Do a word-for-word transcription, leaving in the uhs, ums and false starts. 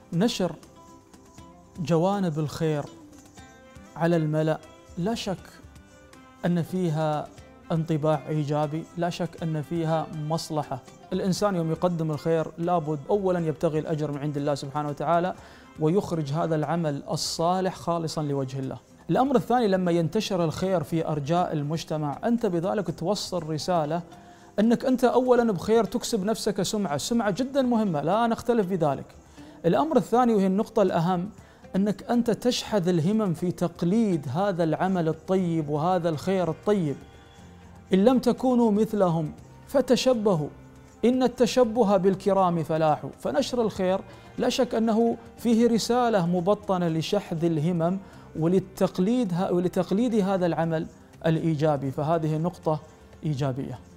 نشر جوانب الخير على الملأ لا شك أن فيها انطباع إيجابي، لا شك أن فيها مصلحة. الإنسان يوم يقدم الخير لابد أولا يبتغي الأجر من عند الله سبحانه وتعالى، ويخرج هذا العمل الصالح خالصا لوجه الله. الأمر الثاني، لما ينتشر الخير في أرجاء المجتمع أنت بذلك توصل رسالة أنك أنت أولا بخير، تكسب نفسك سمعة، سمعة جدا مهمة لا نختلف بذلك. الأمر الثاني وهي النقطة الأهم، أنك أنت تشحذ الهمم في تقليد هذا العمل الطيب وهذا الخير الطيب. إن لم تكونوا مثلهم فتشبهوا إن التشبه بالكرام فلاح. فنشر الخير لا شك أنه فيه رسالة مبطنة لشحذ الهمم وللتقليد ولتقليد هذا العمل الإيجابي، فهذه نقطة إيجابية.